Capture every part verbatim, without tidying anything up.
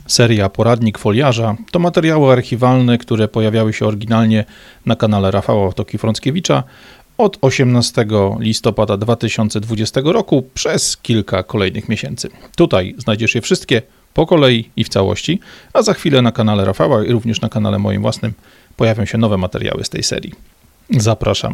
Seria Poradnik Foliarza to materiały archiwalne, które pojawiały się oryginalnie na kanale Rafała Toki-Frąckiewicza od osiemnastego listopada dwa tysiące dwudziestego roku przez kilka kolejnych miesięcy. Tutaj znajdziesz je wszystkie po kolei i w całości, a za chwilę na kanale Rafała i również na kanale moim własnym pojawią się nowe materiały z tej serii. Zapraszam.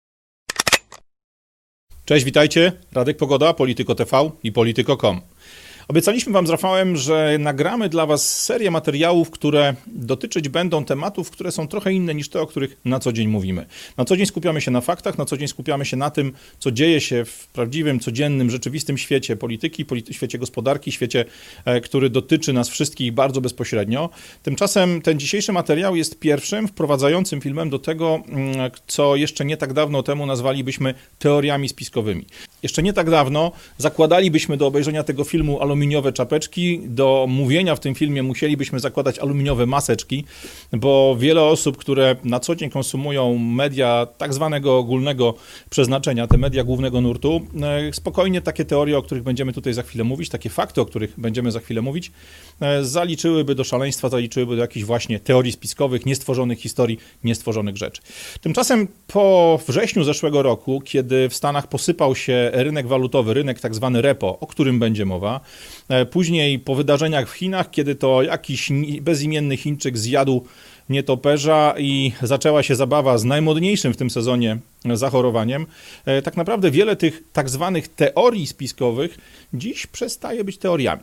Cześć, witajcie. Radek Pogoda, Polityko T V i Polityko kropka com. Obiecaliśmy Wam z Rafałem, że nagramy dla Was serię materiałów, które dotyczyć będą tematów, które są trochę inne niż te, o których na co dzień mówimy. Na co dzień skupiamy się na faktach, na co dzień skupiamy się na tym, co dzieje się w prawdziwym, codziennym, rzeczywistym świecie polityki, polity- świecie gospodarki, świecie, e, który dotyczy nas wszystkich bardzo bezpośrednio. Tymczasem ten dzisiejszy materiał jest pierwszym wprowadzającym filmem do tego, mm, co jeszcze nie tak dawno temu nazwalibyśmy teoriami spiskowymi. Jeszcze nie tak dawno zakładalibyśmy do obejrzenia tego filmu aluminiowe czapeczki, do mówienia w tym filmie musielibyśmy zakładać aluminiowe maseczki, bo wiele osób, które na co dzień konsumują media tak zwanego ogólnego przeznaczenia, te media głównego nurtu, spokojnie takie teorie, o których będziemy tutaj za chwilę mówić, takie fakty, o których będziemy za chwilę mówić, zaliczyłyby do szaleństwa, zaliczyłyby do jakichś właśnie teorii spiskowych, niestworzonych historii, niestworzonych rzeczy. Tymczasem po wrześniu zeszłego roku, kiedy w Stanach posypał się rynek walutowy, rynek tak zwany repo, o którym będzie mowa, później po wydarzeniach w Chinach, kiedy to jakiś bezimienny Chińczyk zjadł nietoperza i zaczęła się zabawa z najmodniejszym w tym sezonie zachorowaniem, tak naprawdę wiele tych tak zwanych teorii spiskowych dziś przestaje być teoriami.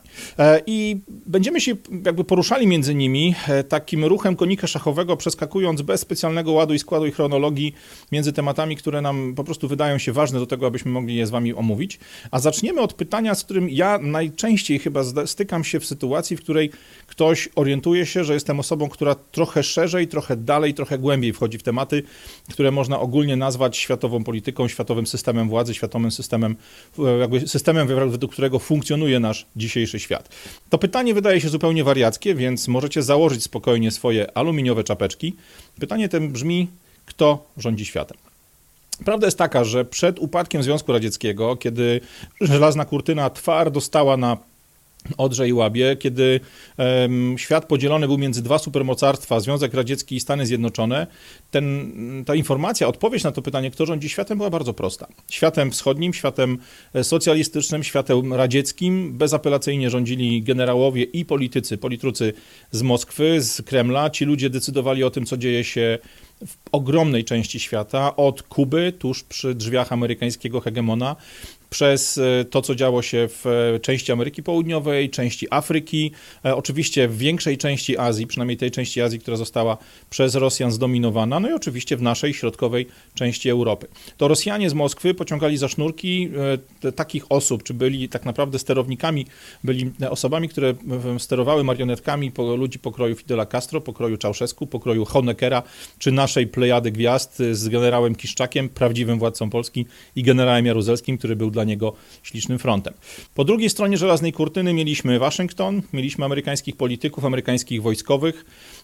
I będziemy się jakby poruszali między nimi takim ruchem konika szachowego, przeskakując bez specjalnego ładu i składu i chronologii między tematami, które nam po prostu wydają się ważne do tego, abyśmy mogli je z Wami omówić. A zaczniemy od pytania, z którym ja najczęściej chyba stykam się w sytuacji, w której ktoś orientuje się, że jestem osobą, która trochę szerzej, trochę dalej, trochę głębiej wchodzi w tematy, które można ogólnie nazwać światową polityką, światowym systemem władzy, światowym systemem, jakby systemem, według którego funkcjonuje nasz dzisiejszy świat. To pytanie wydaje się zupełnie wariackie, więc możecie założyć spokojnie swoje aluminiowe czapeczki. Pytanie tym brzmi, kto rządzi światem? Prawda jest taka, że przed upadkiem Związku Radzieckiego, kiedy żelazna kurtyna twardo stała na Odrze i Łabie, kiedy um, świat podzielony był między dwa supermocarstwa, Związek Radziecki i Stany Zjednoczone, ten, ta informacja, odpowiedź na to pytanie, kto rządzi światem, była bardzo prosta. Światem wschodnim, światem socjalistycznym, światem radzieckim bezapelacyjnie rządzili generałowie i politycy, politrucy z Moskwy, z Kremla. Ci ludzie decydowali o tym, co dzieje się w ogromnej części świata, od Kuby, tuż przy drzwiach amerykańskiego hegemona, przez to, co działo się w części Ameryki Południowej, części Afryki, oczywiście w większej części Azji, przynajmniej tej części Azji, która została przez Rosjan zdominowana, no i oczywiście w naszej środkowej części Europy. To Rosjanie z Moskwy pociągali za sznurki takich osób, czy byli tak naprawdę sterownikami, byli osobami, które sterowały marionetkami po, ludzi pokroju Fidela Castro, pokroju Czałszewsku, pokroju Honeckera, czy naszej plejady gwiazd z generałem Kiszczakiem, prawdziwym władcą Polski, i generałem Jaruzelskim, który był dla niego ślicznym frontem. Po drugiej stronie żelaznej kurtyny mieliśmy Waszyngton, mieliśmy amerykańskich polityków, amerykańskich wojskowych,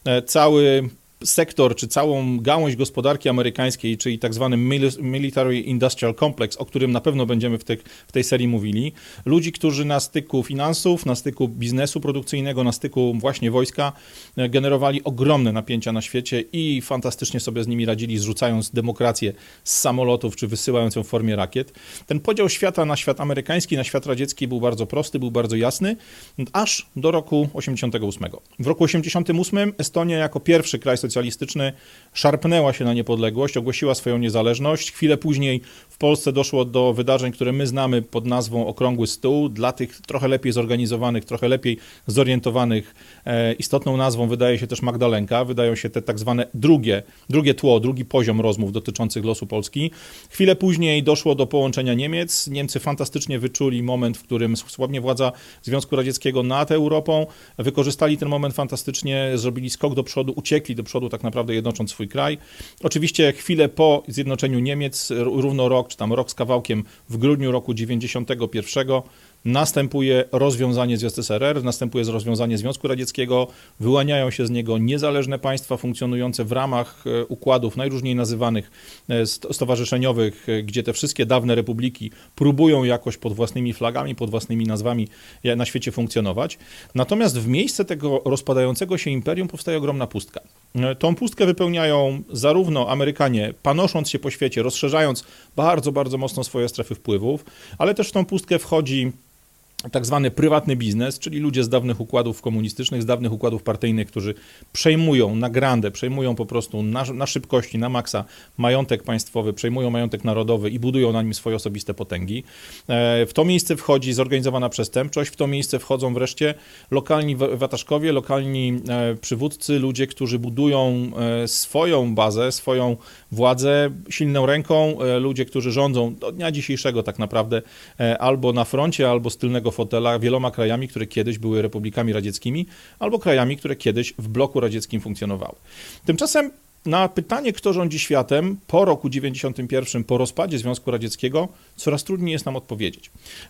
cały sektor, czy całą gałąź gospodarki amerykańskiej, czyli tak zwany Military Industrial Complex, o którym na pewno będziemy w, tych, w tej serii mówili. Ludzi, którzy na styku finansów, na styku biznesu produkcyjnego, na styku właśnie wojska generowali ogromne napięcia na świecie i fantastycznie sobie z nimi radzili, zrzucając demokrację z samolotów, czy wysyłając ją w formie rakiet. Ten podział świata na świat amerykański, na świat radziecki był bardzo prosty, był bardzo jasny, aż do roku osiemdziesiątego ósmego. W roku osiemdziesiątym ósmym Estonia jako pierwszy kraj socjalistyczny szarpnęła się na niepodległość, ogłosiła swoją niezależność. Chwilę później w Polsce doszło do wydarzeń, które my znamy pod nazwą Okrągły Stół. Dla tych trochę lepiej zorganizowanych, trochę lepiej zorientowanych e, istotną nazwą wydaje się też Magdalenka. Wydają się te tak zwane drugie, drugie tło, drugi poziom rozmów dotyczących losu Polski. Chwilę później doszło do połączenia Niemiec. Niemcy fantastycznie wyczuli moment, w którym słabnie władza Związku Radzieckiego nad Europą. Wykorzystali ten moment fantastycznie, zrobili skok do przodu, uciekli do przodu tak naprawdę jednocząc swój kraj. Oczywiście chwilę po zjednoczeniu Niemiec, równo rok, czy tam rok z kawałkiem, w grudniu roku dziewięćdziesiątego pierwszego następuje rozwiązanie z S S R R, następuje rozwiązanie Związku Radzieckiego, wyłaniają się z niego niezależne państwa funkcjonujące w ramach układów najróżniej nazywanych stowarzyszeniowych, gdzie te wszystkie dawne republiki próbują jakoś pod własnymi flagami, pod własnymi nazwami na świecie funkcjonować. Natomiast w miejsce tego rozpadającego się imperium powstaje ogromna pustka. Tą pustkę wypełniają zarówno Amerykanie, panosząc się po świecie, rozszerzając bardzo, bardzo mocno swoje strefy wpływów, ale też w tą pustkę wchodzi tak zwany prywatny biznes, czyli ludzie z dawnych układów komunistycznych, z dawnych układów partyjnych, którzy przejmują na grandę, przejmują po prostu na, na szybkości, na maksa majątek państwowy, przejmują majątek narodowy i budują na nim swoje osobiste potęgi. W to miejsce wchodzi zorganizowana przestępczość, w to miejsce wchodzą wreszcie lokalni wataszkowie, lokalni przywódcy, ludzie, którzy budują swoją bazę, swoją władzę silną ręką, ludzie, którzy rządzą do dnia dzisiejszego tak naprawdę albo na froncie, albo z tylnego fotela wieloma krajami, które kiedyś były republikami radzieckimi, albo krajami, które kiedyś w bloku radzieckim funkcjonowały. Tymczasem na pytanie, kto rządzi światem po roku dziewięćdziesiątym pierwszym, po rozpadzie Związku Radzieckiego, coraz trudniej jest nam odpowiedzieć.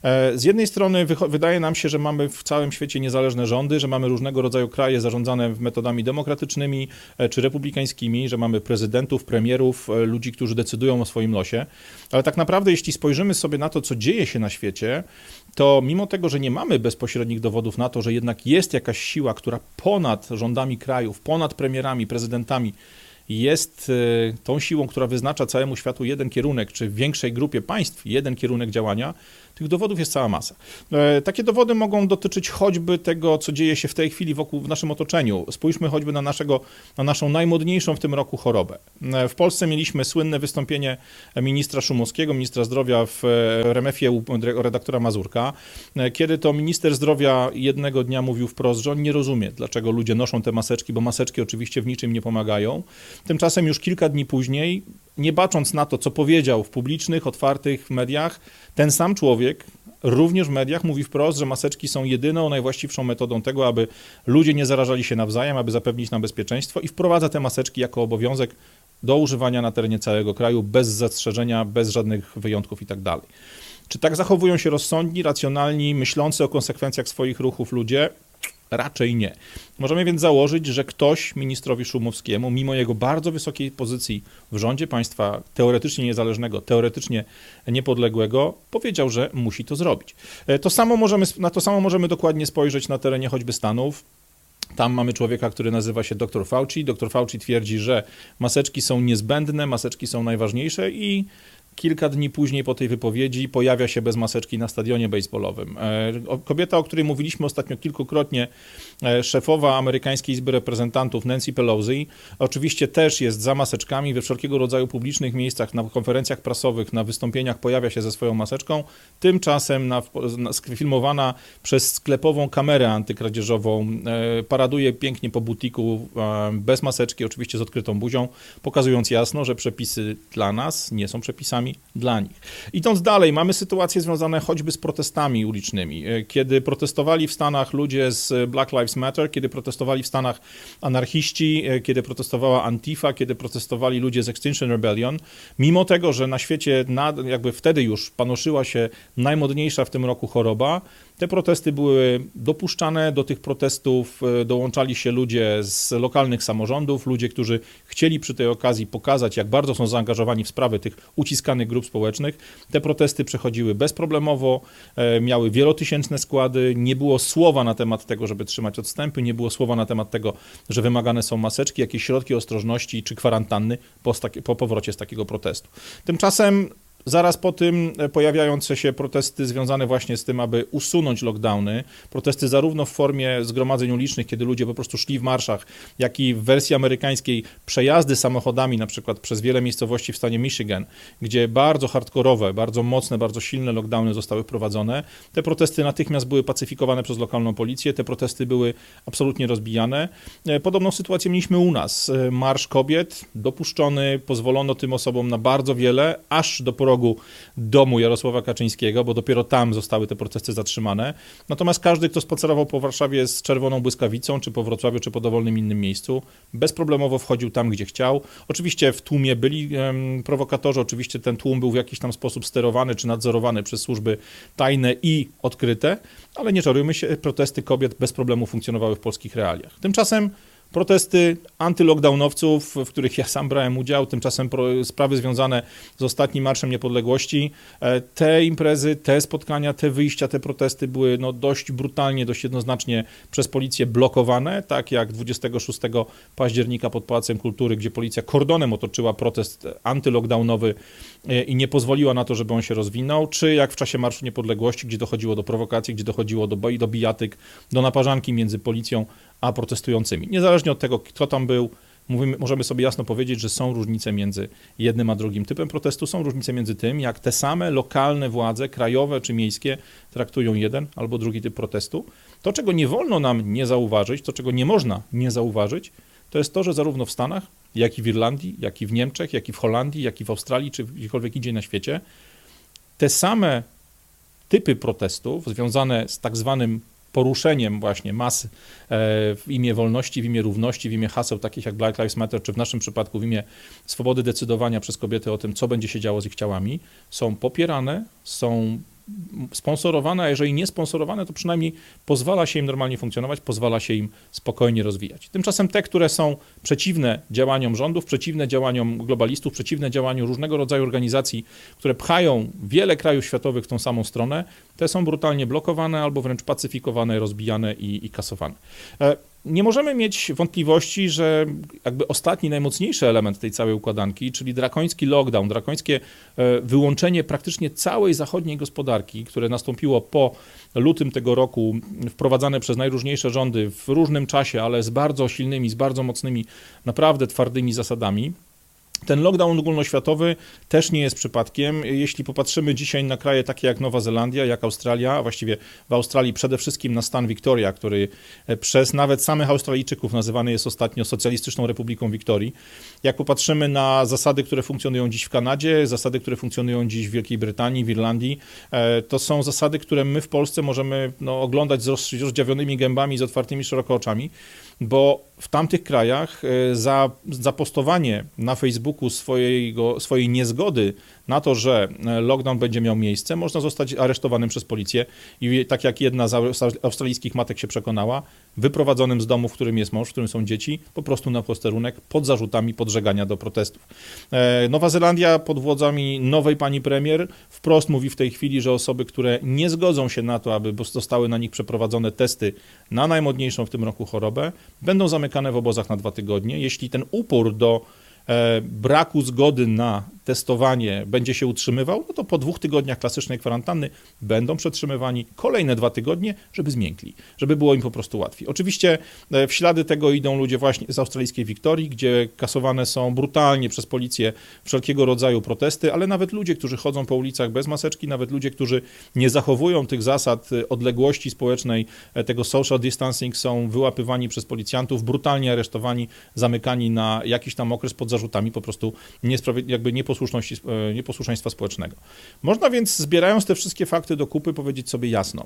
Z jednej strony wydaje nam się, że mamy w całym świecie niezależne rządy, że mamy różnego rodzaju kraje zarządzane metodami demokratycznymi czy republikańskimi, że mamy prezydentów, premierów, ludzi, którzy decydują o swoim losie, ale tak naprawdę jeśli spojrzymy sobie na to, co dzieje się na świecie, to mimo tego, że nie mamy bezpośrednich dowodów na to, że jednak jest jakaś siła, która ponad rządami krajów, ponad premierami, prezydentami jest tą siłą, która wyznacza całemu światu jeden kierunek, czy w większej grupie państw jeden kierunek działania, tych dowodów jest cała masa. Takie dowody mogą dotyczyć choćby tego, co dzieje się w tej chwili wokół w naszym otoczeniu. Spójrzmy choćby na, naszego, na naszą najmodniejszą w tym roku chorobę. W Polsce mieliśmy słynne wystąpienie ministra Szumowskiego, ministra zdrowia w R M F-ie u redaktora Mazurka, kiedy to minister zdrowia jednego dnia mówił wprost, że on nie rozumie, dlaczego ludzie noszą te maseczki, bo maseczki oczywiście w niczym nie pomagają. Tymczasem już kilka dni później, nie bacząc na to, co powiedział w publicznych, otwartych mediach, ten sam człowiek również w mediach mówi wprost, że maseczki są jedyną, najwłaściwszą metodą tego, aby ludzie nie zarażali się nawzajem, aby zapewnić nam bezpieczeństwo i wprowadza te maseczki jako obowiązek do używania na terenie całego kraju, bez zastrzeżenia, bez żadnych wyjątków i tak dalej. Czy tak zachowują się rozsądni, racjonalni, myślący o konsekwencjach swoich ruchów ludzie? Raczej nie. Możemy więc założyć, że ktoś ministrowi Szumowskiemu, mimo jego bardzo wysokiej pozycji w rządzie państwa teoretycznie niezależnego, teoretycznie niepodległego, powiedział, że musi to zrobić. To samo możemy, na to samo możemy dokładnie spojrzeć na terenie choćby Stanów. Tam mamy człowieka, który nazywa się doktor Fauci. doktor Fauci twierdzi, że maseczki są niezbędne, maseczki są najważniejsze i kilka dni później po tej wypowiedzi pojawia się bez maseczki na stadionie baseballowym. Kobieta, o której mówiliśmy ostatnio kilkukrotnie, szefowa amerykańskiej Izby Reprezentantów Nancy Pelosi, oczywiście też jest za maseczkami, we wszelkiego rodzaju publicznych miejscach, na konferencjach prasowych, na wystąpieniach pojawia się ze swoją maseczką, tymczasem na, na, filmowana przez sklepową kamerę antykradzieżową paraduje pięknie po butiku bez maseczki, oczywiście z odkrytą buzią, pokazując jasno, że przepisy dla nas nie są przepisami dla nich. Idąc dalej, mamy sytuacje związane choćby z protestami ulicznymi. Kiedy protestowali w Stanach ludzie z Black Lives Matter, kiedy protestowali w Stanach anarchiści, kiedy protestowała Antifa, kiedy protestowali ludzie z Extinction Rebellion, mimo tego, że na świecie nad, jakby wtedy już panoszyła się najmodniejsza w tym roku choroba, te protesty były dopuszczane, do tych protestów dołączali się ludzie z lokalnych samorządów, ludzie, którzy chcieli przy tej okazji pokazać, jak bardzo są zaangażowani w sprawy tych uciskanych grup społecznych. Te protesty przechodziły bezproblemowo, miały wielotysięczne składy, nie było słowa na temat tego, żeby trzymać odstępy, nie było słowa na temat tego, że wymagane są maseczki, jakieś środki ostrożności czy kwarantanny po, po powrocie z takiego protestu. Tymczasem zaraz po tym pojawiające się protesty związane właśnie z tym, aby usunąć lockdowny, protesty zarówno w formie zgromadzeń ulicznych, kiedy ludzie po prostu szli w marszach, jak i w wersji amerykańskiej przejazdy samochodami, na przykład przez wiele miejscowości w stanie Michigan, gdzie bardzo hardkorowe, bardzo mocne, bardzo silne lockdowny zostały wprowadzone. Te protesty natychmiast były pacyfikowane przez lokalną policję, te protesty były absolutnie rozbijane. Podobną sytuację mieliśmy u nas. Marsz kobiet dopuszczony, pozwolono tym osobom na bardzo wiele, aż do poroku progu domu Jarosława Kaczyńskiego, bo dopiero tam zostały te protesty zatrzymane. Natomiast każdy, kto spacerował po Warszawie z czerwoną błyskawicą, czy po Wrocławiu, czy po dowolnym innym miejscu, bezproblemowo wchodził tam, gdzie chciał. Oczywiście w tłumie byli um, prowokatorzy, oczywiście ten tłum był w jakiś tam sposób sterowany, czy nadzorowany przez służby tajne i odkryte, ale nie czarujmy się, protesty kobiet bez problemu funkcjonowały w polskich realiach. Tymczasem protesty antylockdownowców, w których ja sam brałem udział, tymczasem sprawy związane z ostatnim Marszem Niepodległości, te imprezy, te spotkania, te wyjścia, te protesty były no dość brutalnie, dość jednoznacznie przez policję blokowane, tak jak dwudziestego szóstego października pod Pałacem Kultury, gdzie policja kordonem otoczyła protest antylockdownowy i nie pozwoliła na to, żeby on się rozwinął, czy jak w czasie Marszu Niepodległości, gdzie dochodziło do prowokacji, gdzie dochodziło do, do bijatyk, do naparzanki między policją a protestującymi. Niezależnie od tego, kto tam był, mówimy, możemy sobie jasno powiedzieć, że są różnice między jednym a drugim typem protestu, są różnice między tym, jak te same lokalne władze, krajowe czy miejskie, traktują jeden albo drugi typ protestu. To, czego nie wolno nam nie zauważyć, to, czego nie można nie zauważyć, to jest to, że zarówno w Stanach, jak i w Irlandii, jak i w Niemczech, jak i w Holandii, jak i w Australii, czy gdziekolwiek indziej na świecie, te same typy protestów związane z tak zwanym poruszeniem właśnie mas w imię wolności, w imię równości, w imię haseł takich jak Black Lives Matter, czy w naszym przypadku w imię swobody decydowania przez kobiety o tym, co będzie się działo z ich ciałami, są popierane, są sponsorowane, a jeżeli nie sponsorowane, to przynajmniej pozwala się im normalnie funkcjonować, pozwala się im spokojnie rozwijać. Tymczasem te, które są przeciwne działaniom rządów, przeciwne działaniom globalistów, przeciwne działaniu różnego rodzaju organizacji, które pchają wiele krajów światowych w tą samą stronę, te są brutalnie blokowane albo wręcz pacyfikowane, rozbijane i, i kasowane. Nie możemy mieć wątpliwości, że jakby ostatni, najmocniejszy element tej całej układanki, czyli drakoński lockdown, drakońskie wyłączenie praktycznie całej zachodniej gospodarki, które nastąpiło po lutym tego roku, wprowadzane przez najróżniejsze rządy w różnym czasie, ale z bardzo silnymi, z bardzo mocnymi, naprawdę twardymi zasadami. Ten lockdown ogólnoświatowy też nie jest przypadkiem. Jeśli popatrzymy dzisiaj na kraje takie jak Nowa Zelandia, jak Australia, a właściwie w Australii przede wszystkim na stan Victoria, który przez nawet samych Australijczyków nazywany jest ostatnio Socjalistyczną Republiką Wiktorii. Jak popatrzymy na zasady, które funkcjonują dziś w Kanadzie, zasady, które funkcjonują dziś w Wielkiej Brytanii, w Irlandii, to są zasady, które my w Polsce możemy no, oglądać z rozdziawionymi gębami, z otwartymi szeroko oczami, bo w tamtych krajach za zapostowanie na Facebooku swojego, swojej niezgody na to, że lockdown będzie miał miejsce, można zostać aresztowanym przez policję i tak jak jedna z australijskich matek się przekonała, wyprowadzonym z domu, w którym jest mąż, w którym są dzieci, po prostu na posterunek pod zarzutami podżegania do protestów. Nowa Zelandia pod wodzami nowej pani premier wprost mówi w tej chwili, że osoby, które nie zgodzą się na to, aby zostały na nich przeprowadzone testy na najmodniejszą w tym roku chorobę, będą zamykane w obozach na dwa tygodnie. Jeśli ten upór do braku zgody na testowanie będzie się utrzymywał, no to po dwóch tygodniach klasycznej kwarantanny będą przetrzymywani kolejne dwa tygodnie, żeby zmiękli, żeby było im po prostu łatwiej. Oczywiście w ślady tego idą ludzie właśnie z australijskiej Wiktorii, gdzie kasowane są brutalnie przez policję wszelkiego rodzaju protesty, ale nawet ludzie, którzy chodzą po ulicach bez maseczki, nawet ludzie, którzy nie zachowują tych zasad odległości społecznej, tego social distancing, są wyłapywani przez policjantów, brutalnie aresztowani, zamykani na jakiś tam okres pod zarzutami po prostu niesprawiedliwej, jakby nieposłuszności, nieposłuszeństwa społecznego. Można więc, zbierając te wszystkie fakty do kupy, powiedzieć sobie jasno,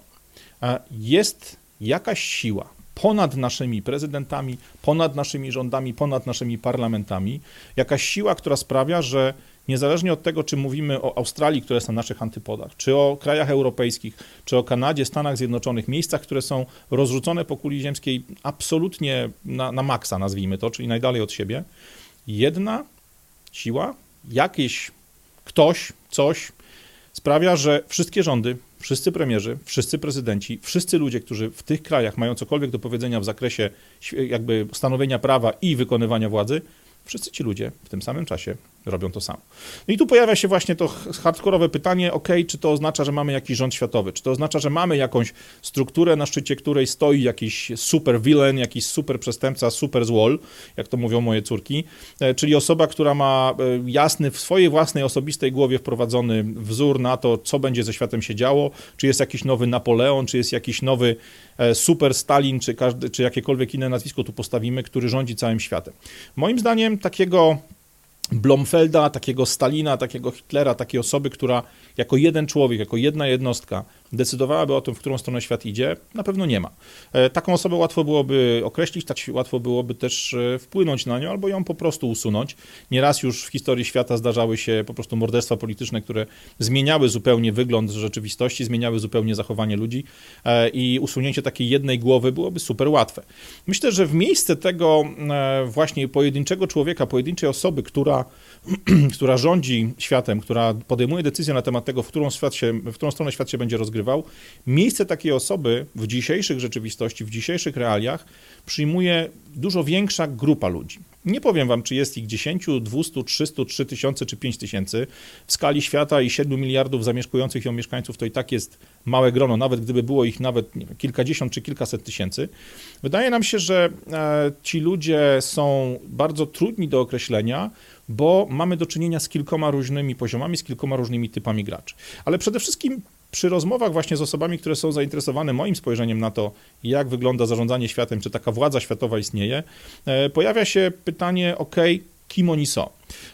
jest jakaś siła ponad naszymi prezydentami, ponad naszymi rządami, ponad naszymi parlamentami, jakaś siła, która sprawia, że niezależnie od tego, czy mówimy o Australii, która jest na naszych antypodach, czy o krajach europejskich, czy o Kanadzie, Stanach Zjednoczonych, miejscach, które są rozrzucone po kuli ziemskiej absolutnie na, na maksa, nazwijmy to, czyli najdalej od siebie, jedna siła, jakiś ktoś, coś sprawia, że wszystkie rządy, wszyscy premierzy, wszyscy prezydenci, wszyscy ludzie, którzy w tych krajach mają cokolwiek do powiedzenia w zakresie jakby stanowienia prawa i wykonywania władzy, wszyscy ci ludzie w tym samym czasie robią to samo. No i tu pojawia się właśnie to hardkorowe pytanie, ok, czy to oznacza, że mamy jakiś rząd światowy, czy to oznacza, że mamy jakąś strukturę, na szczycie której stoi jakiś super villain, jakiś super przestępca, super złol, jak to mówią moje córki, czyli osoba, która ma jasny w swojej własnej osobistej głowie wprowadzony wzór na to, co będzie ze światem się działo, czy jest jakiś nowy Napoleon, czy jest jakiś nowy super Stalin, czy, każdy, czy jakiekolwiek inne nazwisko tu postawimy, który rządzi całym światem. Moim zdaniem takiego Blomfelda, takiego Stalina, takiego Hitlera, takiej osoby, która jako jeden człowiek, jako jedna jednostka decydowałaby o tym, w którą stronę świat idzie, na pewno nie ma. Taką osobę łatwo byłoby określić, tak łatwo byłoby też wpłynąć na nią, albo ją po prostu usunąć. Nieraz już w historii świata zdarzały się po prostu morderstwa polityczne, które zmieniały zupełnie wygląd rzeczywistości, zmieniały zupełnie zachowanie ludzi i usunięcie takiej jednej głowy byłoby super łatwe. Myślę, że w miejsce tego właśnie pojedynczego człowieka, pojedynczej osoby, która, która rządzi światem, która podejmuje decyzję na temat tego, w którą, świat się, w którą stronę świat się będzie rozgrywał, miejsce takiej osoby w dzisiejszych rzeczywistości, w dzisiejszych realiach przyjmuje dużo większa grupa ludzi. Nie powiem wam, czy jest ich dziesięć, dwieście, trzysta, trzy tysiące czy pięć tysięcy. W skali świata i siedmiu miliardów zamieszkujących ją mieszkańców to i tak jest małe grono, nawet gdyby było ich nawet nie wiem, kilkadziesiąt czy kilkaset tysięcy. Wydaje nam się, że e, ci ludzie są bardzo trudni do określenia, bo mamy do czynienia z kilkoma różnymi poziomami, z kilkoma różnymi typami graczy. Ale przede wszystkim przy rozmowach właśnie z osobami, które są zainteresowane moim spojrzeniem na to, jak wygląda zarządzanie światem, czy taka władza światowa istnieje, pojawia się pytanie, ok, kim oni są?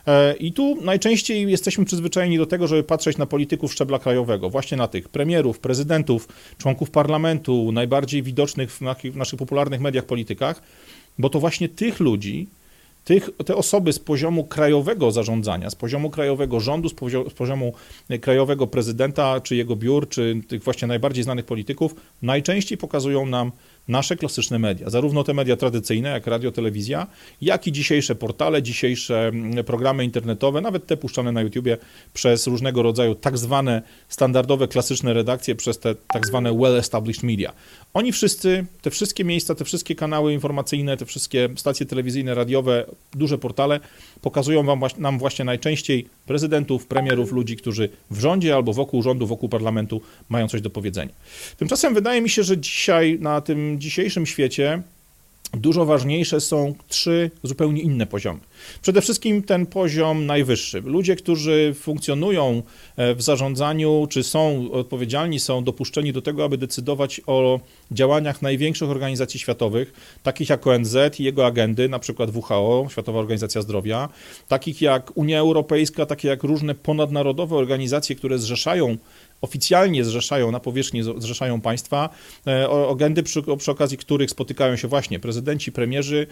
I tu najczęściej jesteśmy przyzwyczajeni do tego, żeby patrzeć na polityków szczebla krajowego, właśnie na tych premierów, prezydentów, członków parlamentu, najbardziej widocznych w naszych popularnych mediach politykach, bo to właśnie tych ludzi, Tych, te osoby z poziomu krajowego zarządzania, z poziomu krajowego rządu, z poziomu, z poziomu krajowego prezydenta, czy jego biur, czy tych właśnie najbardziej znanych polityków, najczęściej pokazują nam nasze klasyczne media, zarówno te media tradycyjne, jak radio, telewizja, jak i dzisiejsze portale, dzisiejsze programy internetowe, nawet te puszczane na YouTubie przez różnego rodzaju tak zwane standardowe, klasyczne redakcje, przez te tak zwane well-established media. Oni wszyscy, te wszystkie miejsca, te wszystkie kanały informacyjne, te wszystkie stacje telewizyjne, radiowe, duże portale pokazują wam, nam właśnie najczęściej prezydentów, premierów, ludzi, którzy w rządzie albo wokół rządu, wokół parlamentu mają coś do powiedzenia. Tymczasem wydaje mi się, że dzisiaj na tym dzisiejszym świecie dużo ważniejsze są trzy zupełnie inne poziomy. Przede wszystkim ten poziom najwyższy. Ludzie, którzy funkcjonują w zarządzaniu, czy są odpowiedzialni, są dopuszczeni do tego, aby decydować o działaniach największych organizacji światowych, takich jak O N Z i jego agendy, na przykład W H O, Światowa Organizacja Zdrowia, takich jak Unia Europejska, takie jak różne ponadnarodowe organizacje, które zrzeszają oficjalnie zrzeszają, na powierzchni zrzeszają państwa, agendy, przy, przy okazji których spotykają się właśnie prezydenci, premierzy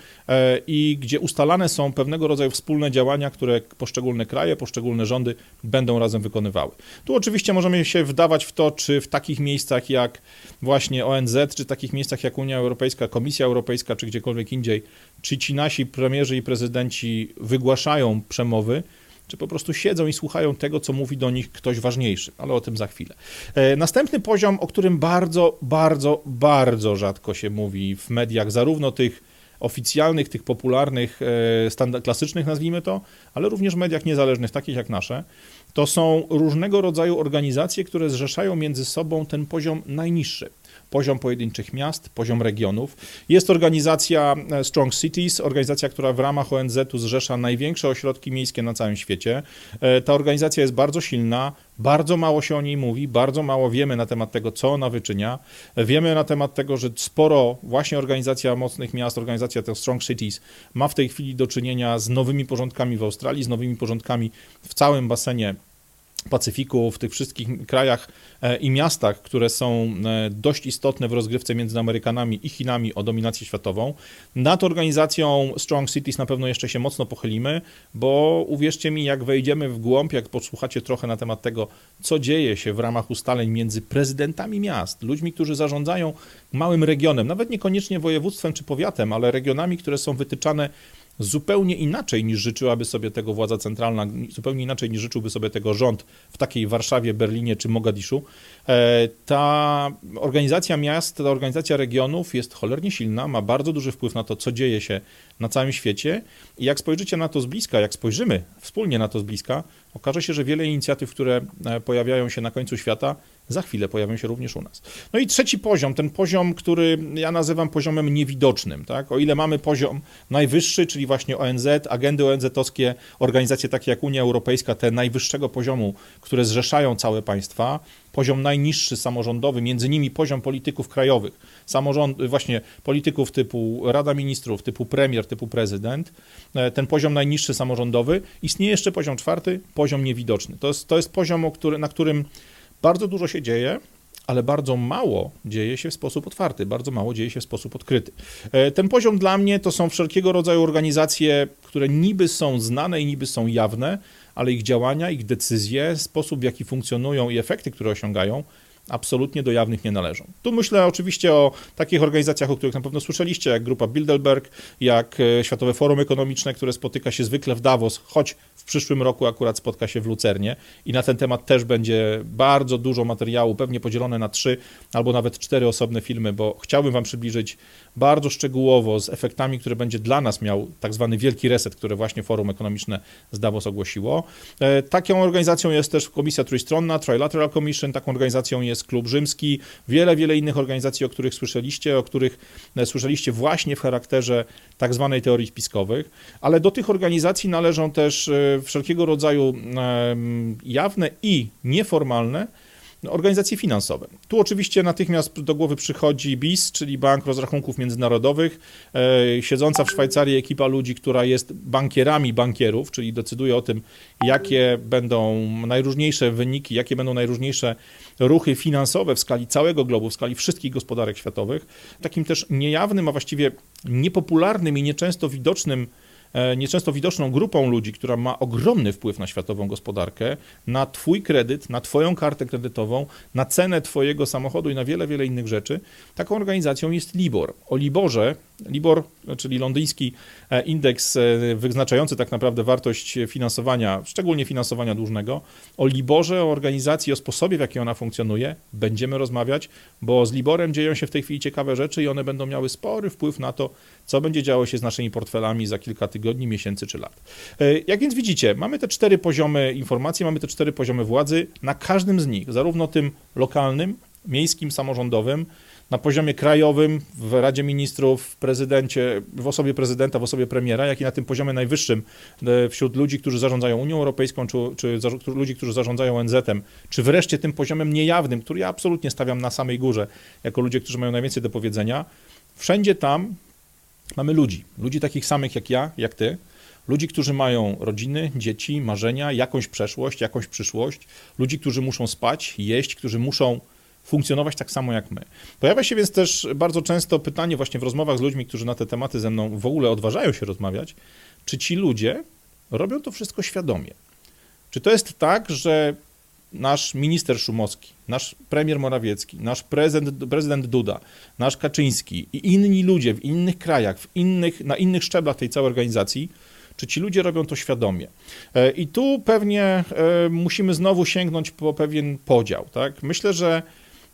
i gdzie ustalane są pewnego rodzaju wspólne działania, które poszczególne kraje, poszczególne rządy będą razem wykonywały. Tu oczywiście możemy się wdawać w to, czy w takich miejscach jak właśnie O N Z, czy takich miejscach jak Unia Europejska, Komisja Europejska, czy gdziekolwiek indziej, czy ci nasi premierzy i prezydenci wygłaszają przemowy, czy po prostu siedzą i słuchają tego, co mówi do nich ktoś ważniejszy, ale o tym za chwilę. Następny poziom, o którym bardzo, bardzo, bardzo rzadko się mówi w mediach, zarówno tych oficjalnych, tych popularnych, standard, klasycznych nazwijmy to, ale również w mediach niezależnych, takich jak nasze, to są różnego rodzaju organizacje, które zrzeszają między sobą ten poziom najniższy. Poziom pojedynczych miast, poziom regionów. Jest organizacja Strong Cities, organizacja, która w ramach O N Z-u zrzesza największe ośrodki miejskie na całym świecie. Ta organizacja jest bardzo silna, bardzo mało się o niej mówi, bardzo mało wiemy na temat tego, co ona wyczynia. Wiemy na temat tego, że sporo właśnie organizacja mocnych miast, organizacja tych Strong Cities ma w tej chwili do czynienia z nowymi porządkami w Australii, z nowymi porządkami w całym basenie Pacyfiku, w tych wszystkich krajach i miastach, które są dość istotne w rozgrywce między Amerykanami i Chinami o dominację światową. Nad organizacją Strong Cities na pewno jeszcze się mocno pochylimy, bo uwierzcie mi, jak wejdziemy w głąb, jak posłuchacie trochę na temat tego, co dzieje się w ramach ustaleń między prezydentami miast, ludźmi, którzy zarządzają małym regionem, nawet niekoniecznie województwem czy powiatem, ale regionami, które są wytyczane zupełnie inaczej niż życzyłaby sobie tego władza centralna, zupełnie inaczej niż życzyłby sobie tego rząd w takiej Warszawie, Berlinie czy Mogadiszu. Ta organizacja miast, ta organizacja regionów jest cholernie silna, ma bardzo duży wpływ na to, co dzieje się na całym świecie i jak spojrzycie na to z bliska, jak spojrzymy wspólnie na to z bliska, okaże się, że wiele inicjatyw, które pojawiają się na końcu świata, za chwilę pojawią się również u nas. No i trzeci poziom, ten poziom, który ja nazywam poziomem niewidocznym, tak? O ile mamy poziom najwyższy, czyli właśnie O N Z, agendy O N Z-owskie, organizacje takie jak Unia Europejska, te najwyższego poziomu, które zrzeszają całe państwa, poziom najniższy samorządowy, między nimi poziom polityków krajowych, samorząd, właśnie polityków typu Rada Ministrów, typu premier, typu prezydent, ten poziom najniższy samorządowy. Istnieje jeszcze poziom czwarty, poziom niewidoczny. To jest, to jest poziom, o który, na którym bardzo dużo się dzieje, ale bardzo mało dzieje się w sposób otwarty, bardzo mało dzieje się w sposób odkryty. Ten poziom dla mnie to są wszelkiego rodzaju organizacje, które niby są znane i niby są jawne, ale ich działania, ich decyzje, sposób w jaki funkcjonują i efekty, które osiągają, absolutnie do jawnych nie należą. Tu myślę oczywiście o takich organizacjach, o których na pewno słyszeliście, jak Grupa Bilderberg, jak Światowe Forum Ekonomiczne, które spotyka się zwykle w Davos, choć w przyszłym roku akurat spotka się w Lucernie i na ten temat też będzie bardzo dużo materiału, pewnie podzielone na trzy albo nawet cztery osobne filmy, bo chciałbym wam przybliżyć bardzo szczegółowo z efektami, które będzie dla nas miał tak zwany wielki reset, który właśnie Forum Ekonomiczne z Davos ogłosiło. Taką organizacją jest też Komisja Trójstronna, Trilateral Commission, taką organizacją jest Klub Rzymski, wiele, wiele innych organizacji, o których słyszeliście, o których słyszeliście właśnie w charakterze tak zwanej teorii spiskowych, ale do tych organizacji należą też wszelkiego rodzaju jawne i nieformalne organizacje finansowe. Tu oczywiście natychmiast do głowy przychodzi B I S, czyli Bank Rozrachunków Międzynarodowych, e, siedząca w Szwajcarii ekipa ludzi, która jest bankierami bankierów, czyli decyduje o tym, jakie będą najróżniejsze wyniki, jakie będą najróżniejsze ruchy finansowe w skali całego globu, w skali wszystkich gospodarek światowych. Takim też niejawnym, a właściwie niepopularnym i nieczęsto widocznym nieczęsto widoczną grupą ludzi, która ma ogromny wpływ na światową gospodarkę, na twój kredyt, na twoją kartę kredytową, na cenę twojego samochodu i na wiele, wiele innych rzeczy. Taką organizacją jest LIBOR. O LIBORze, LIBOR, czyli londyński indeks wyznaczający tak naprawdę wartość finansowania, szczególnie finansowania dłużnego, o LIBORze, o organizacji, o sposobie, w jaki ona funkcjonuje, będziemy rozmawiać, bo z LIBORem dzieją się w tej chwili ciekawe rzeczy i one będą miały spory wpływ na to, co będzie działo się z naszymi portfelami za kilka tygodni, miesięcy czy lat. Jak więc widzicie, mamy te cztery poziomy informacji, mamy te cztery poziomy władzy, na każdym z nich, zarówno tym lokalnym, miejskim, samorządowym, na poziomie krajowym, w Radzie Ministrów, w prezydencie, w osobie prezydenta, w osobie premiera, jak i na tym poziomie najwyższym wśród ludzi, którzy zarządzają Unią Europejską, czy, czy za, ludzi, którzy zarządzają O N Z-em, czy wreszcie tym poziomem niejawnym, który ja absolutnie stawiam na samej górze, jako ludzie, którzy mają najwięcej do powiedzenia. Wszędzie tam mamy ludzi, ludzi takich samych jak ja, jak ty, ludzi, którzy mają rodziny, dzieci, marzenia, jakąś przeszłość, jakąś przyszłość, ludzi, którzy muszą spać, jeść, którzy muszą funkcjonować tak samo jak my. Pojawia się więc też bardzo często pytanie właśnie w rozmowach z ludźmi, którzy na te tematy ze mną w ogóle odważają się rozmawiać, czy ci ludzie robią to wszystko świadomie? Czy to jest tak, że nasz minister Szumowski, nasz premier Morawiecki, nasz prezydent, prezydent Duda, nasz Kaczyński i inni ludzie w innych krajach, w innych, na innych szczeblach tej całej organizacji, czy ci ludzie robią to świadomie? I tu pewnie musimy znowu sięgnąć po pewien podział. Tak? Myślę, że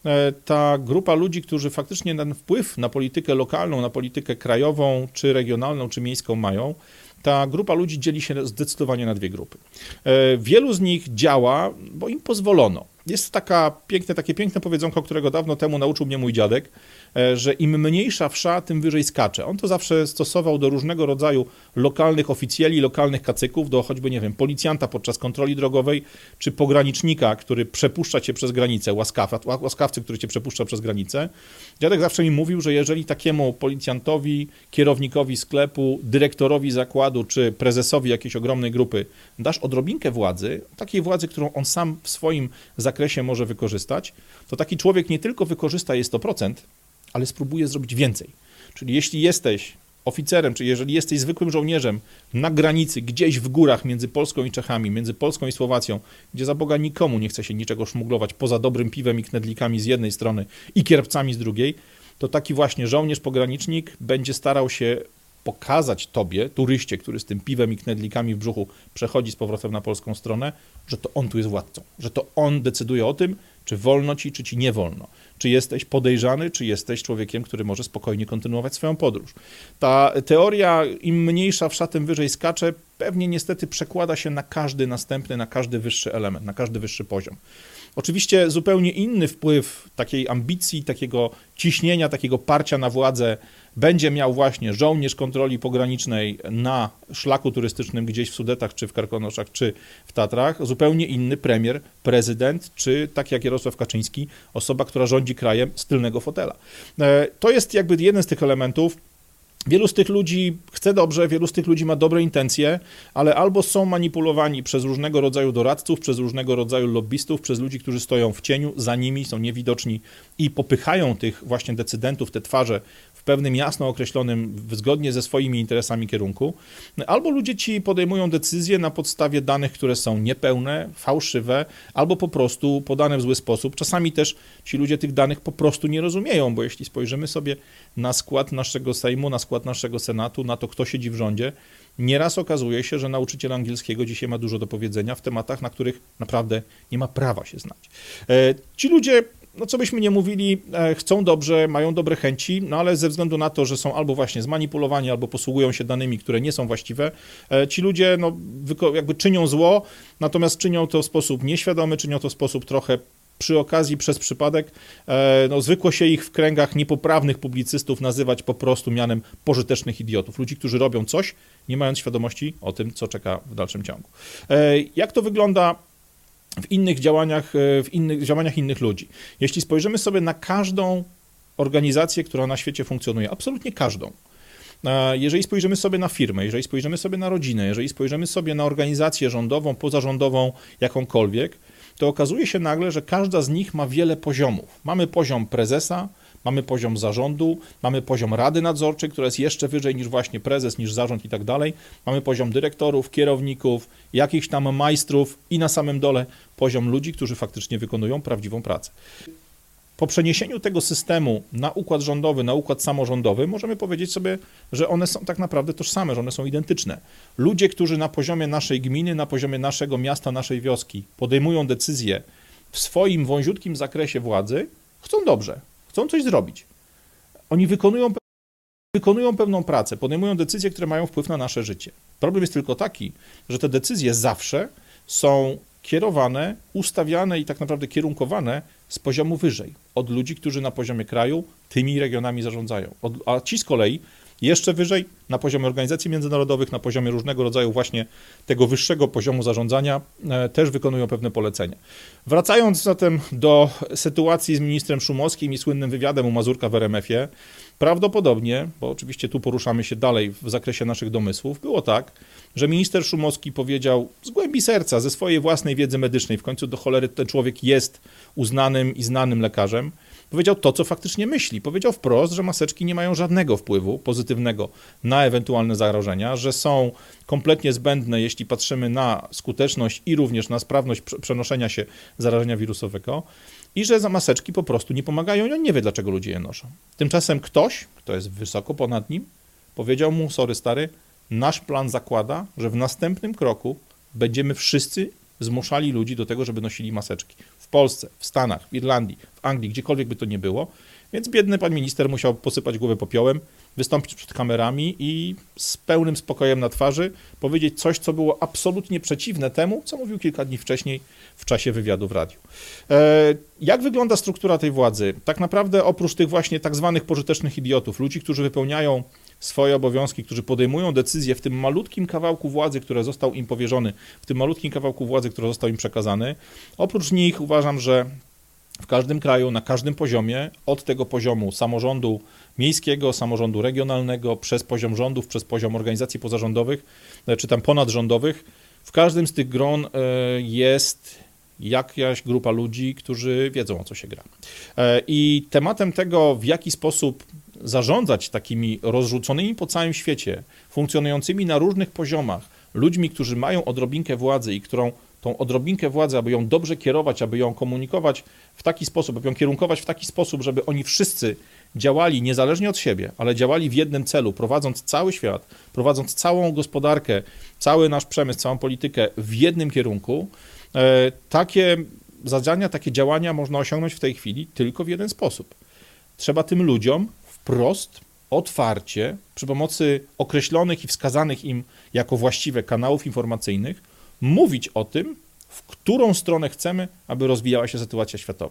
ta grupa ludzi, którzy faktycznie ten wpływ na politykę lokalną, na politykę krajową, czy regionalną, czy miejską mają, ta grupa ludzi dzieli się zdecydowanie na dwie grupy. Wielu z nich działa, bo im pozwolono. Jest taka piękne, takie piękne powiedzonko, którego dawno temu nauczył mnie mój dziadek, że im mniejsza wsza, tym wyżej skacze. On to zawsze stosował do różnego rodzaju lokalnych oficjeli, lokalnych kacyków, do choćby, nie wiem, policjanta podczas kontroli drogowej, czy pogranicznika, który przepuszcza cię przez granicę, łaskawa, łaskawcy, który cię przepuszcza przez granicę. Dziadek zawsze mi mówił, że jeżeli takiemu policjantowi, kierownikowi sklepu, dyrektorowi zakładu, czy prezesowi jakiejś ogromnej grupy dasz odrobinkę władzy, takiej władzy, którą on sam w swoim zakresie może wykorzystać, to taki człowiek nie tylko wykorzysta je sto procent, ale spróbuje zrobić więcej. Czyli jeśli jesteś oficerem, czy jeżeli jesteś zwykłym żołnierzem na granicy, gdzieś w górach między Polską i Czechami, między Polską i Słowacją, gdzie za Boga nikomu nie chce się niczego szmuglować poza dobrym piwem i knedlikami z jednej strony i kierpcami z drugiej, to taki właśnie żołnierz, pogranicznik będzie starał się pokazać tobie, turyście, który z tym piwem i knedlikami w brzuchu przechodzi z powrotem na polską stronę, że to on tu jest władcą, że to on decyduje o tym, czy wolno ci, czy ci nie wolno, czy jesteś podejrzany, czy jesteś człowiekiem, który może spokojnie kontynuować swoją podróż. Ta teoria, im mniejsza wsza, tym wyżej skacze, pewnie niestety przekłada się na każdy następny, na każdy wyższy element, na każdy wyższy poziom. Oczywiście zupełnie inny wpływ takiej ambicji, takiego ciśnienia, takiego parcia na władzę będzie miał właśnie żołnierz kontroli pogranicznej na szlaku turystycznym gdzieś w Sudetach, czy w Karkonoszach, czy w Tatrach. Zupełnie inny premier, prezydent, czy tak jak Jarosław Kaczyński, osoba, która rządzi krajem z tylnego fotela. To jest jakby jeden z tych elementów. Wielu z tych ludzi chce dobrze, wielu z tych ludzi ma dobre intencje, ale albo są manipulowani przez różnego rodzaju doradców, przez różnego rodzaju lobbystów, przez ludzi, którzy stoją w cieniu, za nimi, są niewidoczni i popychają tych właśnie decydentów, te twarze w pewnym jasno określonym, zgodnie ze swoimi interesami kierunku, albo ludzie ci podejmują decyzje na podstawie danych, które są niepełne, fałszywe, albo po prostu podane w zły sposób. Czasami też ci ludzie tych danych po prostu nie rozumieją, bo jeśli spojrzymy sobie na skład naszego Sejmu, na skład naszego Senatu, na to, kto siedzi w rządzie, nieraz okazuje się, że nauczyciel angielskiego dzisiaj ma dużo do powiedzenia w tematach, na których naprawdę nie ma prawa się znać. Ci ludzie, no co byśmy nie mówili, chcą dobrze, mają dobre chęci, no ale ze względu na to, że są albo właśnie zmanipulowani, albo posługują się danymi, które nie są właściwe, ci ludzie no, jakby czynią zło, natomiast czynią to w sposób nieświadomy, czynią to w sposób trochę przy okazji, przez przypadek. No, zwykło się ich w kręgach niepoprawnych publicystów nazywać po prostu mianem pożytecznych idiotów. Ludzi, którzy robią coś, nie mając świadomości o tym, co czeka w dalszym ciągu. Jak to wygląda w innych działaniach, w innych działaniach innych ludzi? Jeśli spojrzymy sobie na każdą organizację, która na świecie funkcjonuje, absolutnie każdą, jeżeli spojrzymy sobie na firmę, jeżeli spojrzymy sobie na rodzinę, jeżeli spojrzymy sobie na organizację rządową, pozarządową, jakąkolwiek, to okazuje się nagle, że każda z nich ma wiele poziomów. Mamy poziom prezesa, mamy poziom zarządu, mamy poziom rady nadzorczej, która jest jeszcze wyżej niż właśnie prezes, niż zarząd i tak dalej. Mamy poziom dyrektorów, kierowników, jakichś tam majstrów i na samym dole poziom ludzi, którzy faktycznie wykonują prawdziwą pracę. Po przeniesieniu tego systemu na układ rządowy, na układ samorządowy, możemy powiedzieć sobie, że one są tak naprawdę tożsame, że one są identyczne. Ludzie, którzy na poziomie naszej gminy, na poziomie naszego miasta, naszej wioski podejmują decyzje w swoim wąziutkim zakresie władzy, chcą dobrze, chcą coś zrobić. Oni wykonują, wykonują pewną pracę, podejmują decyzje, które mają wpływ na nasze życie. Problem jest tylko taki, że te decyzje zawsze są kierowane, ustawiane i tak naprawdę kierunkowane z poziomu wyżej, od ludzi, którzy na poziomie kraju tymi regionami zarządzają, od, a ci z kolei jeszcze wyżej na poziomie organizacji międzynarodowych, na poziomie różnego rodzaju właśnie tego wyższego poziomu zarządzania e, też wykonują pewne polecenia. Wracając zatem do sytuacji z ministrem Szumowskim i słynnym wywiadem u Mazurka w er em efie, prawdopodobnie, bo oczywiście tu poruszamy się dalej w zakresie naszych domysłów, było tak, że minister Szumowski powiedział z głębi serca, ze swojej własnej wiedzy medycznej, w końcu do cholery ten człowiek jest uznanym i znanym lekarzem, powiedział to, co faktycznie myśli. Powiedział wprost, że maseczki nie mają żadnego wpływu pozytywnego na ewentualne zagrożenia, że są kompletnie zbędne, jeśli patrzymy na skuteczność i również na sprawność przenoszenia się zarażenia wirusowego i że za maseczki po prostu nie pomagają i on nie wie, dlaczego ludzie je noszą. Tymczasem ktoś, kto jest wysoko ponad nim, powiedział mu, sorry stary, nasz plan zakłada, że w następnym kroku będziemy wszyscy zmuszali ludzi do tego, żeby nosili maseczki. W Polsce, w Stanach, w Irlandii, w Anglii, gdziekolwiek by to nie było. Więc biedny pan minister musiał posypać głowę popiołem, wystąpić przed kamerami i z pełnym spokojem na twarzy powiedzieć coś, co było absolutnie przeciwne temu, co mówił kilka dni wcześniej w czasie wywiadu w radiu. E, jak wygląda struktura tej władzy? Tak naprawdę oprócz tych właśnie tak zwanych pożytecznych idiotów, ludzi, którzy wypełniają swoje obowiązki, którzy podejmują decyzje w tym malutkim kawałku władzy, który został im powierzony, w tym malutkim kawałku władzy, który został im przekazany, oprócz nich uważam, że w każdym kraju, na każdym poziomie, od tego poziomu samorządu miejskiego, samorządu regionalnego, przez poziom rządów, przez poziom organizacji pozarządowych, czy tam ponadrządowych, w każdym z tych gron jest jakaś grupa ludzi, którzy wiedzą, o co się gra. I tematem tego, w jaki sposób zarządzać takimi rozrzuconymi po całym świecie, funkcjonującymi na różnych poziomach, ludźmi, którzy mają odrobinkę władzy i którą tą odrobinkę władzy, aby ją dobrze kierować, aby ją komunikować w taki sposób, aby ją kierunkować w taki sposób, żeby oni wszyscy działali niezależnie od siebie, ale działali w jednym celu, prowadząc cały świat, prowadząc całą gospodarkę, cały nasz przemysł, całą politykę w jednym kierunku. Takie zadania, takie działania można osiągnąć w tej chwili tylko w jeden sposób. Trzeba tym ludziom wprost, otwarcie, przy pomocy określonych i wskazanych im jako właściwe kanałów informacyjnych, mówić o tym, w którą stronę chcemy, aby rozwijała się sytuacja światowa.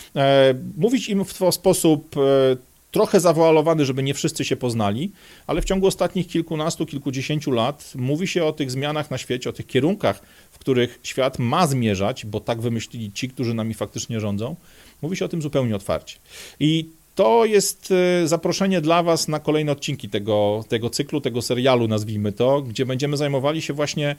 E, mówić im w sposób e, trochę zawoalowany, żeby nie wszyscy się poznali, ale w ciągu ostatnich kilkunastu, kilkudziesięciu lat mówi się o tych zmianach na świecie, o tych kierunkach, w których świat ma zmierzać, bo tak wymyślili ci, którzy nami faktycznie rządzą. Mówi się o tym zupełnie otwarcie. I to jest zaproszenie dla Was na kolejne odcinki tego, tego cyklu, tego serialu, nazwijmy to, gdzie będziemy zajmowali się właśnie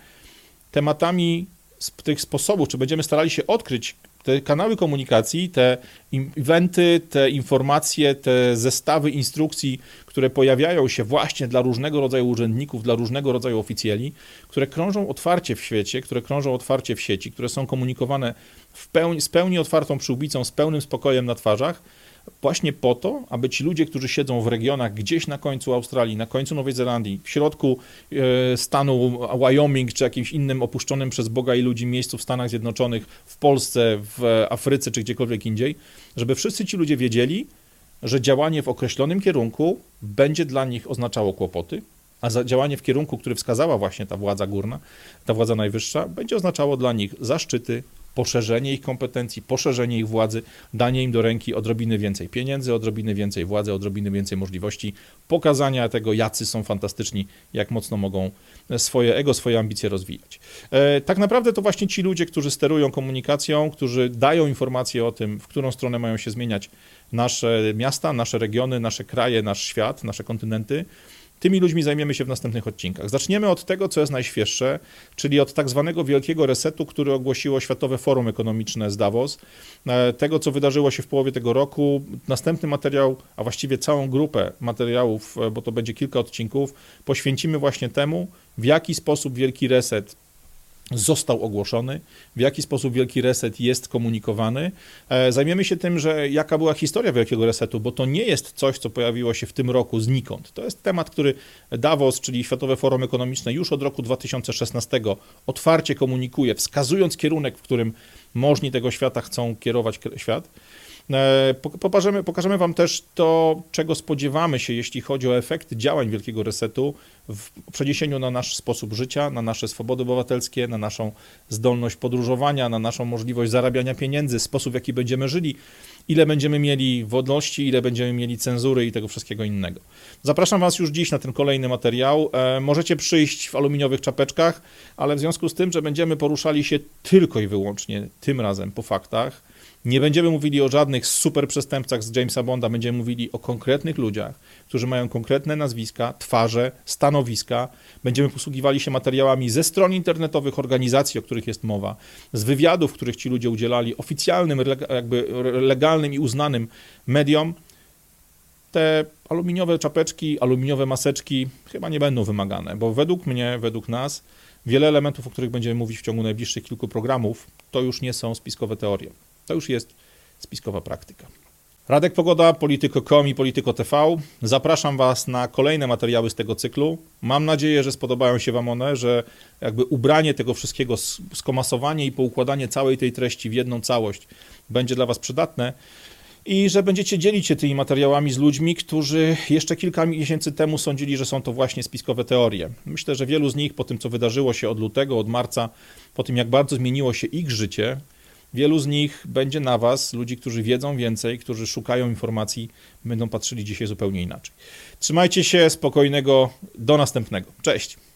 tematami z tych sposobów, czy będziemy starali się odkryć te kanały komunikacji, te eventy, te informacje, te zestawy instrukcji, które pojawiają się właśnie dla różnego rodzaju urzędników, dla różnego rodzaju oficjeli, które krążą otwarcie w świecie, które krążą otwarcie w sieci, które są komunikowane w pełni, z pełni otwartą przyłbicą, z pełnym spokojem na twarzach, właśnie po to, aby ci ludzie, którzy siedzą w regionach gdzieś na końcu Australii, na końcu Nowej Zelandii, w środku e, stanu Wyoming, czy jakimś innym opuszczonym przez Boga i ludzi miejscu w Stanach Zjednoczonych, w Polsce, w Afryce, czy gdziekolwiek indziej, żeby wszyscy ci ludzie wiedzieli, że działanie w określonym kierunku będzie dla nich oznaczało kłopoty, a za działanie w kierunku, który wskazała właśnie ta władza górna, ta władza najwyższa, będzie oznaczało dla nich zaszczyty, poszerzenie ich kompetencji, poszerzenie ich władzy, danie im do ręki odrobiny więcej pieniędzy, odrobiny więcej władzy, odrobiny więcej możliwości, pokazania tego, jacy są fantastyczni, jak mocno mogą swoje ego, swoje ambicje rozwijać. E, tak naprawdę to właśnie ci ludzie, którzy sterują komunikacją, którzy dają informacje o tym, w którą stronę mają się zmieniać nasze miasta, nasze regiony, nasze kraje, nasz świat, nasze kontynenty. Tymi ludźmi zajmiemy się w następnych odcinkach. Zaczniemy od tego, co jest najświeższe, czyli od tak zwanego wielkiego resetu, który ogłosiło Światowe Forum Ekonomiczne z Davos, tego, co wydarzyło się w połowie tego roku. Następny materiał, a właściwie całą grupę materiałów, bo to będzie kilka odcinków, poświęcimy właśnie temu, w jaki sposób wielki reset został ogłoszony, w jaki sposób wielki reset jest komunikowany. Zajmiemy się tym, że jaka była historia wielkiego resetu, bo to nie jest coś, co pojawiło się w tym roku znikąd. To jest temat, który Davos, czyli Światowe Forum Ekonomiczne, już od roku dwa tysiące szesnastego otwarcie komunikuje, wskazując kierunek, w którym możni tego świata chcą kierować świat. Pokażemy, pokażemy Wam też to, czego spodziewamy się, jeśli chodzi o efekty działań Wielkiego Resetu w przeniesieniu na nasz sposób życia, na nasze swobody obywatelskie, na naszą zdolność podróżowania, na naszą możliwość zarabiania pieniędzy, sposób, w jaki będziemy żyli, ile będziemy mieli wolności, ile będziemy mieli cenzury i tego wszystkiego innego. Zapraszam Was już dziś na ten kolejny materiał. Możecie przyjść w aluminiowych czapeczkach, ale w związku z tym, że będziemy poruszali się tylko i wyłącznie tym razem po faktach, nie będziemy mówili o żadnych super przestępcach z Jamesa Bonda, będziemy mówili o konkretnych ludziach, którzy mają konkretne nazwiska, twarze, stanowiska. Będziemy posługiwali się materiałami ze stron internetowych organizacji, o których jest mowa, z wywiadów, których ci ludzie udzielali, oficjalnym, jakby legalnym i uznanym mediom. Te aluminiowe czapeczki, aluminiowe maseczki chyba nie będą wymagane, bo według mnie, według nas, wiele elementów, o których będziemy mówić w ciągu najbliższych kilku programów, to już nie są spiskowe teorie. To już jest spiskowa praktyka. Radek Pogoda, Polityko kropka com i Polityko kropka t v. Zapraszam Was na kolejne materiały z tego cyklu. Mam nadzieję, że spodobają się Wam one, że jakby ubranie tego wszystkiego, skomasowanie i poukładanie całej tej treści w jedną całość będzie dla Was przydatne i że będziecie dzielić się tymi materiałami z ludźmi, którzy jeszcze kilka miesięcy temu sądzili, że są to właśnie spiskowe teorie. Myślę, że wielu z nich po tym, co wydarzyło się od lutego, od marca, po tym, jak bardzo zmieniło się ich życie, wielu z nich będzie na Was, ludzi, którzy wiedzą więcej, którzy szukają informacji, będą patrzyli dzisiaj zupełnie inaczej. Trzymajcie się, spokojnego, do następnego. Cześć!